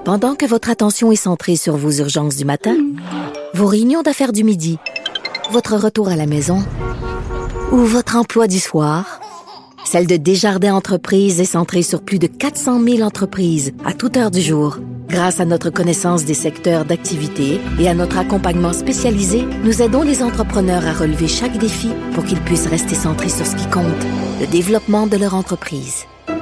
Pendant que votre attention est centrée sur vos urgences du matin, vos réunions d'affaires du midi, votre retour à la maison ou votre emploi du soir, celle de Desjardins Entreprises est centrée sur plus de 400 000 entreprises à toute heure du jour. Grâce à notre connaissance des secteurs d'activité et à notre accompagnement spécialisé, nous aidons les entrepreneurs à relever chaque défi pour qu'ils puissent rester centrés sur ce qui compte, le développement de leur entreprise.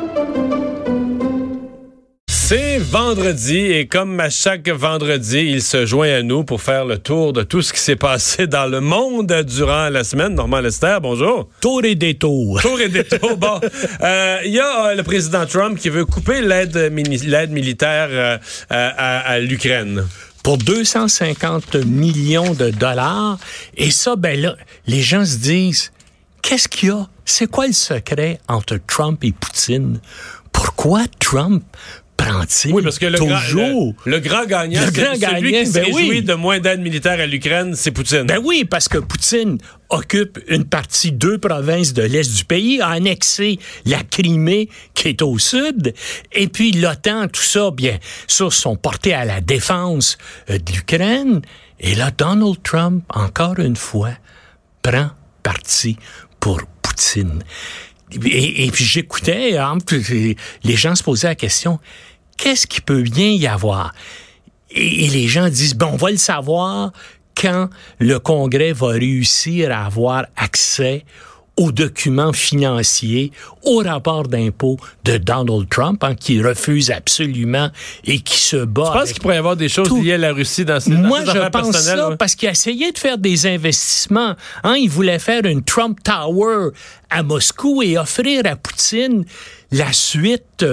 C'est vendredi et comme à chaque vendredi, il se joint à nous pour faire le tour de tout ce qui s'est passé dans le monde durant la semaine. Normand Lester, bonjour. Tour et détour. Tour et détour. Bon, il y a le président Trump qui veut couper l'aide militaire à l'Ukraine. Pour 250 millions de dollars. Et ça, ben là, les gens se disent, qu'est-ce qu'il y a? C'est quoi le secret entre Trump et Poutine? Pourquoi Trump prend-il oui, parce que le grand gagnant, c'est celui qui se réjouit de moins d'aide militaire à l'Ukraine, c'est Poutine. Ben oui, parce que Poutine occupe une partie, 2 provinces de l'Est du pays, a annexé la Crimée qui est au sud, et puis l'OTAN, tout ça, bien sûr, sont portés à la défense de l'Ukraine. Et là, Donald Trump, encore une fois, prend parti pour Poutine. Et puis j'écoutais, les gens se posaient la question, qu'est-ce qu'il peut bien y avoir? Et les gens disent, on va le savoir quand le Congrès va réussir à avoir accès aux documents financiers, au rapport d'impôt de Donald Trump, qui refuse absolument et qui se bat. Tu penses qu'il pourrait y avoir des choses liées à la Russie dans ses affaires personnelles? Moi, je pense ça, parce qu'il a essayé de faire des investissements. Il voulait faire une Trump Tower à Moscou et offrir à Poutine la suite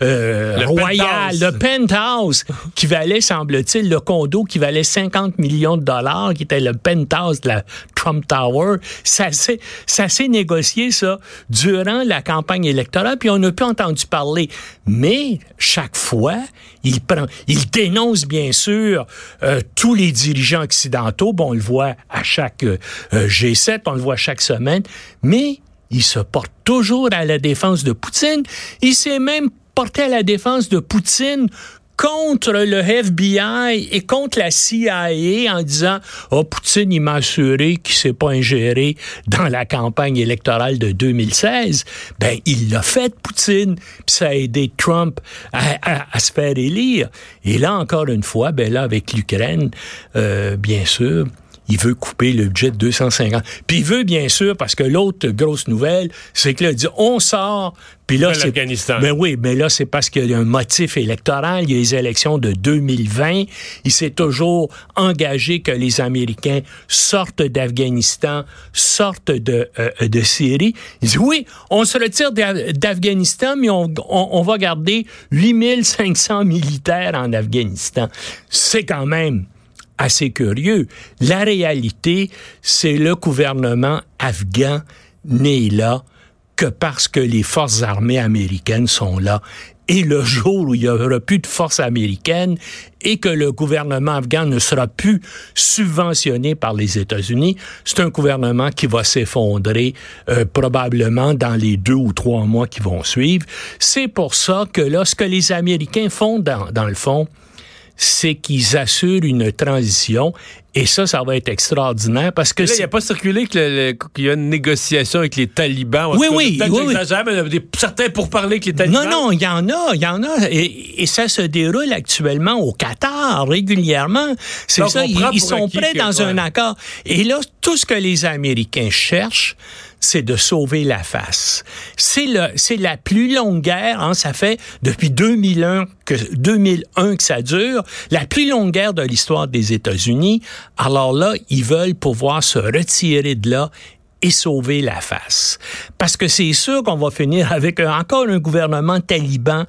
royale, le penthouse, qui valait, semble-t-il, le condo qui valait 50 millions de dollars, qui était le penthouse de la Trump Tower. Ça s'est négocié, ça, durant la campagne électorale, puis on n'a plus entendu parler. Mais, chaque fois, il dénonce, bien sûr, tous les dirigeants occidentaux. On le voit à chaque G7, on le voit chaque semaine, mais il se porte toujours à la défense de Poutine. Il s'est même porté à la défense de Poutine contre le FBI et contre la CIA en disant « Poutine, il m'a assuré qu'il ne s'est pas ingéré dans la campagne électorale de 2016. » Ben, il l'a fait, Poutine, puis ça a aidé Trump à se faire élire. Et là, encore une fois, ben là, avec l'Ukraine, bien sûr, il veut couper le budget de 250. Puis il veut, bien sûr, parce que l'autre grosse nouvelle, c'est que là, il dit, on sort, puis là, c'est... l'Afghanistan. Ben oui, mais là, c'est parce qu'il y a un motif électoral. Il y a les élections de 2020. Il s'est toujours engagé que les Américains sortent d'Afghanistan, sortent de Syrie. Il dit, oui, on se retire d'Afghanistan, mais on va garder 8500 militaires en Afghanistan. C'est quand même assez curieux. La réalité, c'est le gouvernement afghan n'est là que parce que les forces armées américaines sont là. Et le jour où il n'y aura plus de forces américaines et que le gouvernement afghan ne sera plus subventionné par les États-Unis, c'est un gouvernement qui va s'effondrer probablement dans les 2 ou 3 mois qui vont suivre. C'est pour ça que là, ce que les Américains font dans le fond, c'est qu'ils assurent une transition. Et ça va être extraordinaire parce que... Là, il n'y a pas circulé qu'il y a une négociation avec les talibans. Oui. J'exagère, mais il y a certains pourparlers avec les talibans. Non, il y en a. Et ça se déroule actuellement au Qatar, régulièrement. C'est donc, ça, ils sont prêts dans un accord. Et là, tout ce que les Américains cherchent, c'est de sauver la face. C'est la plus longue guerre, ça fait depuis 2001 que ça dure, la plus longue guerre de l'histoire des États-Unis. Alors là, ils veulent pouvoir se retirer de là et sauver la face. Parce que c'est sûr qu'on va finir avec encore un gouvernement taliban,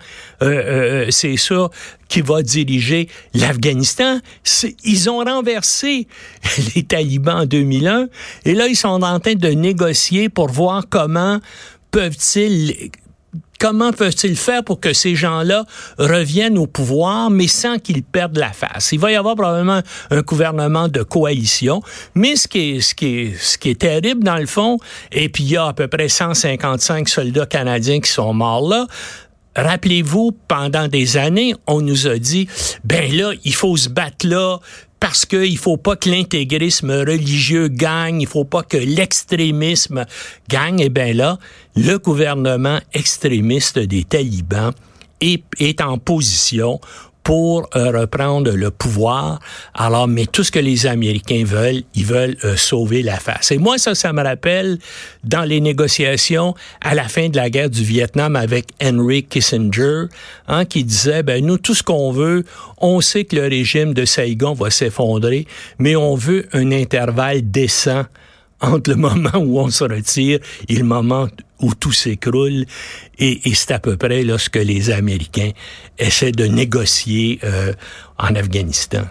c'est sûr, qui va diriger l'Afghanistan. Ils ont renversé les talibans en 2001 et là, ils sont en train de négocier pour voir comment peuvent-ils faire pour que ces gens-là reviennent au pouvoir, mais sans qu'ils perdent la face? Il va y avoir probablement un gouvernement de coalition, mais ce qui est terrible dans le fond, et puis il y a à peu près 155 soldats canadiens qui sont morts là, rappelez-vous, pendant des années, on nous a dit, ben là, il faut se battre là, parce qu'il faut pas que l'intégrisme religieux gagne, il faut pas que l'extrémisme gagne. Et bien là, le gouvernement extrémiste des talibans est en position pour reprendre le pouvoir. Alors, mais tout ce que les Américains veulent, ils veulent sauver la face. Et moi, ça me rappelle dans les négociations à la fin de la guerre du Vietnam avec Henry Kissinger, qui disait, ben nous, tout ce qu'on veut, on sait que le régime de Saigon va s'effondrer, mais on veut un intervalle décent entre le moment où on se retire et le moment où tout s'écroule. Et c'est à peu près là, ce que les Américains essaient de négocier en Afghanistan.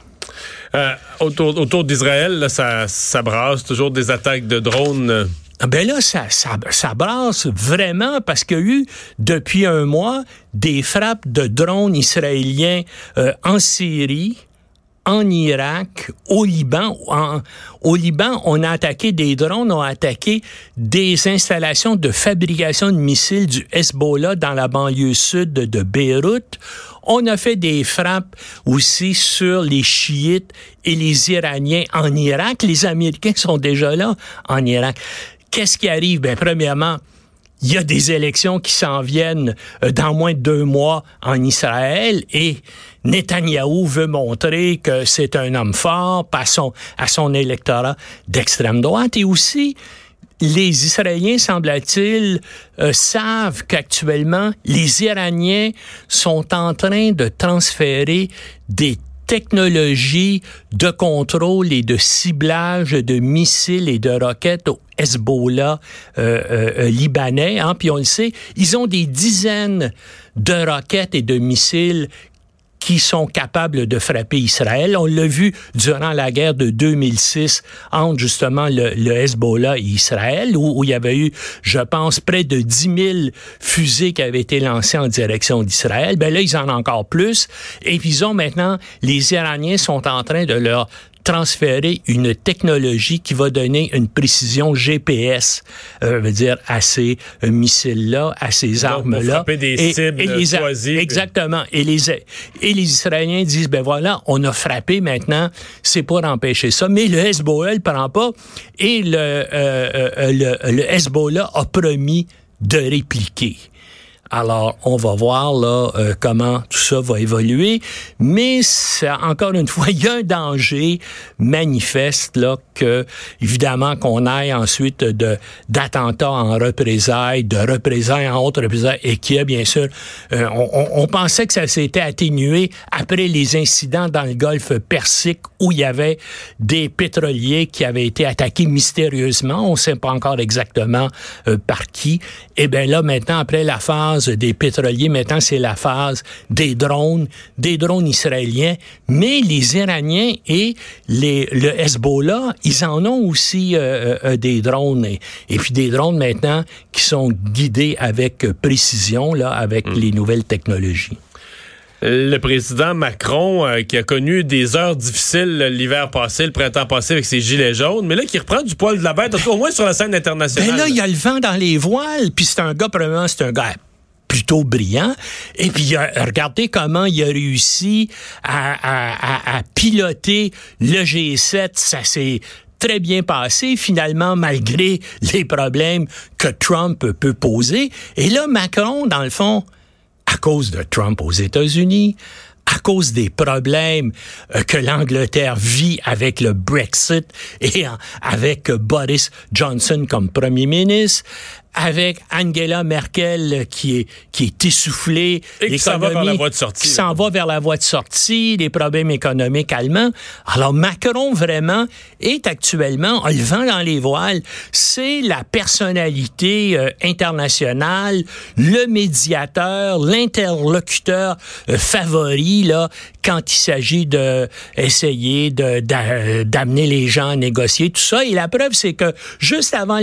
Autour d'Israël, là, ça brasse toujours des attaques de drones. Ben là, ça brasse vraiment parce qu'il y a eu, depuis un mois, des frappes de drones israéliens en Syrie, en Irak, au Liban. Au Liban, on a attaqué des drones, on a attaqué des installations de fabrication de missiles du Hezbollah dans la banlieue sud de Beyrouth. On a fait des frappes aussi sur les chiites et les Iraniens en Irak. Les Américains sont déjà là en Irak. Qu'est-ce qui arrive? Ben, premièrement, il y a des élections qui s'en viennent dans moins de 2 mois en Israël et Netanyahou veut montrer que c'est un homme fort à son électorat d'extrême droite. Et aussi, les Israéliens, semble-t-il, savent qu'actuellement, les Iraniens sont en train de transférer des technologies de contrôle et de ciblage de missiles et de roquettes au Hezbollah libanais. Puis on le sait, ils ont des dizaines de roquettes et de missiles qui sont capables de frapper Israël. On l'a vu durant la guerre de 2006 entre justement le Hezbollah et Israël, où il y avait eu, je pense, près de 10 000 fusées qui avaient été lancées en direction d'Israël. Ben là, ils en ont encore plus. Et puis ils ont maintenant, les Iraniens sont en train de leur transférer une technologie qui va donner une précision GPS, veut dire à ces missiles-là, à ces armes-là. Pour frapper des cibles choisies. Exactement. Et les Israéliens disent, ben voilà, on a frappé maintenant, c'est pour empêcher ça. Mais le Hezbollah le prend pas et le Hezbollah a promis de répliquer. Alors, on va voir là comment tout ça va évoluer, mais encore une fois, il y a un danger manifeste là que, évidemment, qu'on aille ensuite d'attentats en représailles, de représailles en autres représailles, et qu'il y a bien sûr, on pensait que ça s'était atténué après les incidents dans le Golfe Persique où il y avait des pétroliers qui avaient été attaqués mystérieusement, on ne sait pas encore exactement par qui. Et bien là, maintenant, après la phase des pétroliers, maintenant c'est la phase des drones israéliens, mais les Iraniens et le Hezbollah, ils en ont aussi des drones, et puis des drones maintenant qui sont guidés avec précision, là, avec les nouvelles technologies. Le président Macron, qui a connu des heures difficiles l'hiver passé, le printemps passé avec ses gilets jaunes, mais là, qui reprend du poil de la bête, au moins sur la scène internationale. Ben là, il y a le vent dans les voiles, puis c'est un gars plutôt brillant. Et puis, regardez comment il a réussi à piloter le G7. Ça s'est très bien passé, finalement, malgré les problèmes que Trump peut poser. Et là, Macron, dans le fond, à cause de Trump aux États-Unis, à cause des problèmes que l'Angleterre vit avec le Brexit et avec Boris Johnson comme premier ministre, avec Angela Merkel qui est essoufflée, et qui s'en va vers la voie de sortie. Qui s'en va vers la voie de sortie, les problèmes économiques allemands. Alors Macron vraiment est actuellement, a le vent dans les voiles. C'est la personnalité internationale, le médiateur, l'interlocuteur favori là quand il s'agit de essayer d'amener les gens à négocier tout ça. Et la preuve, c'est que juste avant le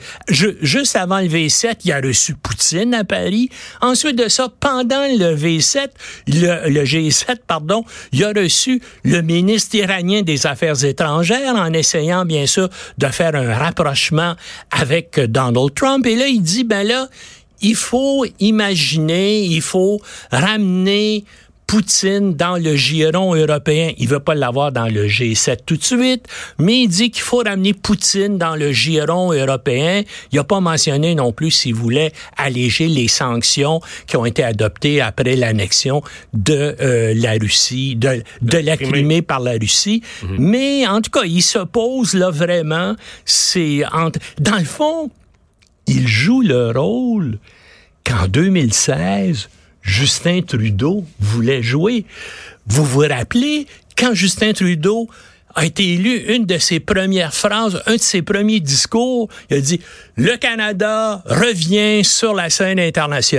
V7, il a reçu Poutine à Paris. Ensuite de ça, pendant le V7, le G7, pardon, il a reçu le ministre iranien des Affaires étrangères en essayant, bien sûr, de faire un rapprochement avec Donald Trump. Et là, il dit, ben là, il faut imaginer, il faut ramener Poutine dans le giron européen. Il veut pas l'avoir dans le G7 tout de suite, mais il dit qu'il faut ramener Poutine dans le giron européen. Il n'a pas mentionné non plus s'il voulait alléger les sanctions qui ont été adoptées après l'annexion de la Russie, de la Crimée par la Russie. Mm-hmm. Mais en tout cas, il s'oppose là vraiment. Dans le fond, il joue le rôle qu'en 2016, Justin Trudeau voulait jouer. Vous vous rappelez, quand Justin Trudeau a été élu, une de ses premières phrases, un de ses premiers discours, il a dit « Le Canada revient sur la scène internationale ».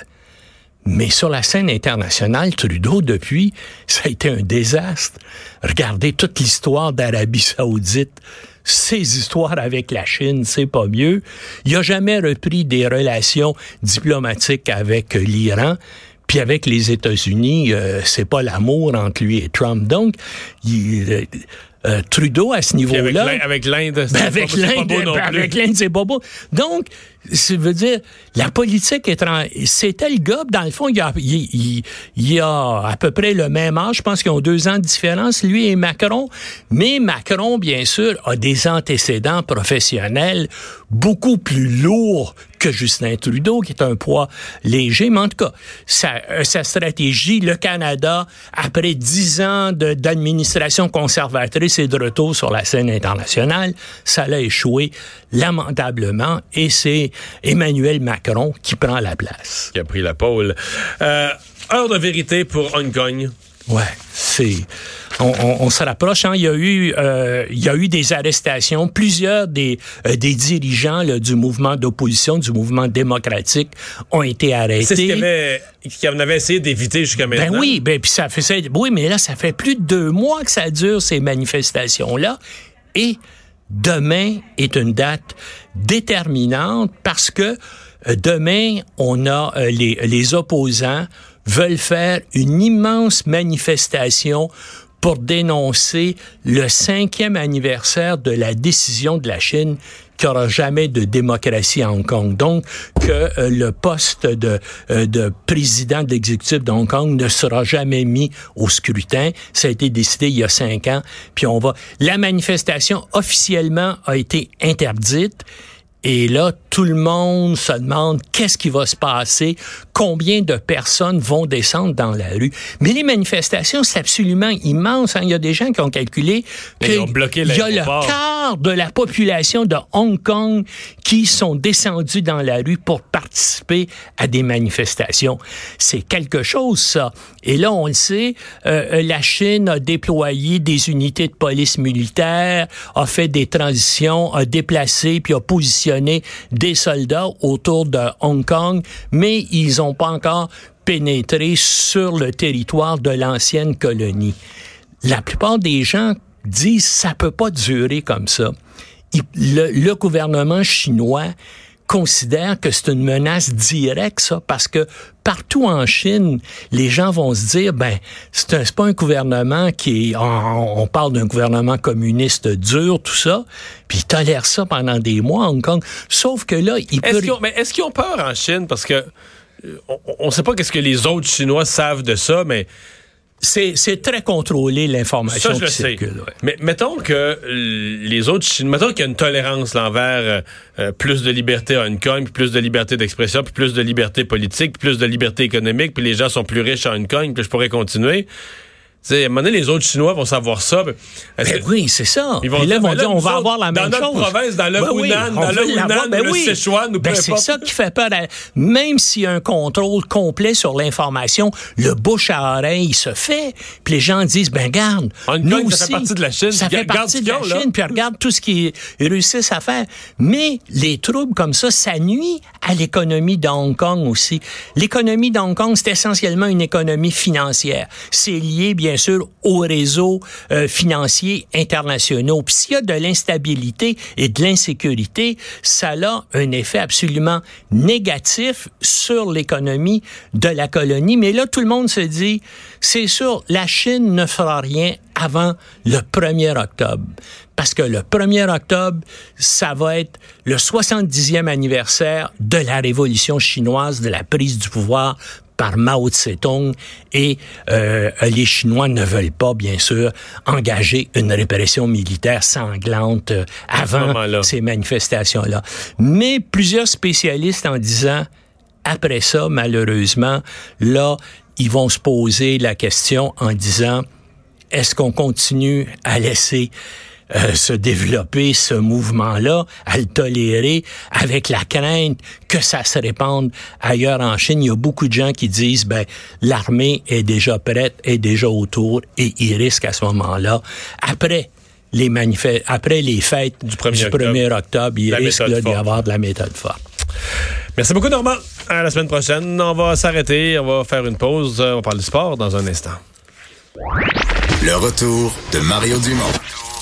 Mais sur la scène internationale, Trudeau, depuis, ça a été un désastre. Regardez toute l'histoire d'Arabie Saoudite. Ses histoires avec la Chine, c'est pas mieux. Il a jamais repris des relations diplomatiques avec l'Iran. Puis avec les États-Unis, c'est pas l'amour entre lui et Trump. Donc, Trudeau, à ce niveau-là... Avec l'Inde, avec l'Inde, c'est pas beau. Donc, ça veut dire, la politique étrangère, c'était le gars, dans le fond, il a à peu près le même âge, je pense qu'ils ont 2 ans de différence, lui et Macron, mais Macron, bien sûr, a des antécédents professionnels beaucoup plus lourds que Justin Trudeau, qui est un poids léger, mais en tout cas, sa stratégie, le Canada, après 10 ans d'administration conservatrice et de retour sur la scène internationale, ça l'a échoué lamentablement, et c'est Emmanuel Macron qui prend la place. Qui a pris la pôle. Heure de vérité pour Hong Kong. Ouais, on se rapproche. Hein. Il y a eu des arrestations. Plusieurs des dirigeants là, du mouvement d'opposition, du mouvement démocratique, ont été arrêtés. C'est ce qu'on avait essayé d'éviter jusqu'à maintenant. Ben oui, puis oui, mais là, ça fait plus de 2 mois que ça dure, ces manifestations-là. Et demain est une date déterminante parce que demain, on a les opposants veulent faire une immense manifestation pour dénoncer le 5e anniversaire de la décision de la Chine qu'il n'y aura jamais de démocratie à Hong Kong. Donc, que le poste de président de l'exécutif de Hong Kong ne sera jamais mis au scrutin. Ça a été décidé il y a 5 ans. Puis la manifestation officiellement a été interdite. Et là, tout le monde se demande qu'est-ce qui va se passer, combien de personnes vont descendre dans la rue. Mais les manifestations, c'est absolument immense. Hein. Il y a des gens qui ont calculé qu'il y a le quart de la population de Hong Kong qui sont descendus dans la rue pour participer à des manifestations. C'est quelque chose, ça. Et là, on le sait, la Chine a déployé des unités de police militaire, a fait des transitions, a déplacé puis a positionné des soldats autour de Hong Kong, mais ils n'ont pas encore pénétré sur le territoire de l'ancienne colonie. La plupart des gens disent ça peut pas durer comme ça. Le gouvernement chinois considère que c'est une menace directe, ça, parce que partout en Chine, les gens vont se dire, c'est pas un gouvernement on parle d'un gouvernement communiste dur, tout ça, puis ils tolèrent ça pendant des mois à Hong Kong. Sauf que là, est-ce qu'ils ont peur en Chine? Parce que on sait pas qu'est-ce que les autres Chinois savent de ça, mais c'est très contrôlé, l'information qui circule. Ouais. Mais mettons que les autres Chinois, mettons qu'il y a une tolérance envers plus de liberté à Hong Kong, puis plus de liberté d'expression, puis plus de liberté politique, puis plus de liberté économique, puis les gens sont plus riches à Hong Kong, puis je pourrais continuer. T'sais, à un moment donné, les autres Chinois vont savoir ça. Oui, c'est ça. Ils vont dire, on va avoir la même chose. Dans notre province, dans le Hunan, le Sichuan, ou peu importe. C'est ça qui fait peur. Même s'il y a un contrôle complet sur l'information, le bouche à oreille se fait. Puis les gens disent, garde, nous aussi, ça fait partie de la Chine. Ça fait partie de la Chine, puis regarde tout ce qu'ils réussissent à faire. Mais les troubles comme ça nuit à l'économie de Hong Kong aussi. L'économie de Hong Kong, c'est essentiellement une économie financière. C'est lié, bien sûr, aux réseaux financiers internationaux. Puis s'il y a de l'instabilité et de l'insécurité, ça a un effet absolument négatif sur l'économie de la colonie. Mais là, tout le monde se dit, c'est sûr, la Chine ne fera rien avant le 1er octobre. Parce que le 1er octobre, ça va être le 70e anniversaire de la révolution chinoise, de la prise du pouvoir par Mao Tse-tung, et les Chinois ne veulent pas, bien sûr, engager une répression militaire sanglante avant ces manifestations-là. Mais plusieurs spécialistes en disant, après ça, malheureusement, là, ils vont se poser la question en disant, est-ce qu'on continue à laisser se développer ce mouvement-là, à le tolérer, avec la crainte que ça se répande ailleurs en Chine? Il y a beaucoup de gens qui disent, l'armée est déjà prête, est déjà autour, et ils risquent à ce moment-là, après les fêtes du 1er octobre, il risque d'y avoir de la méthode forte. Merci beaucoup, Normand. À la semaine prochaine. On va s'arrêter, on va faire une pause. On parle du sport dans un instant. Le retour de Mario Dumont.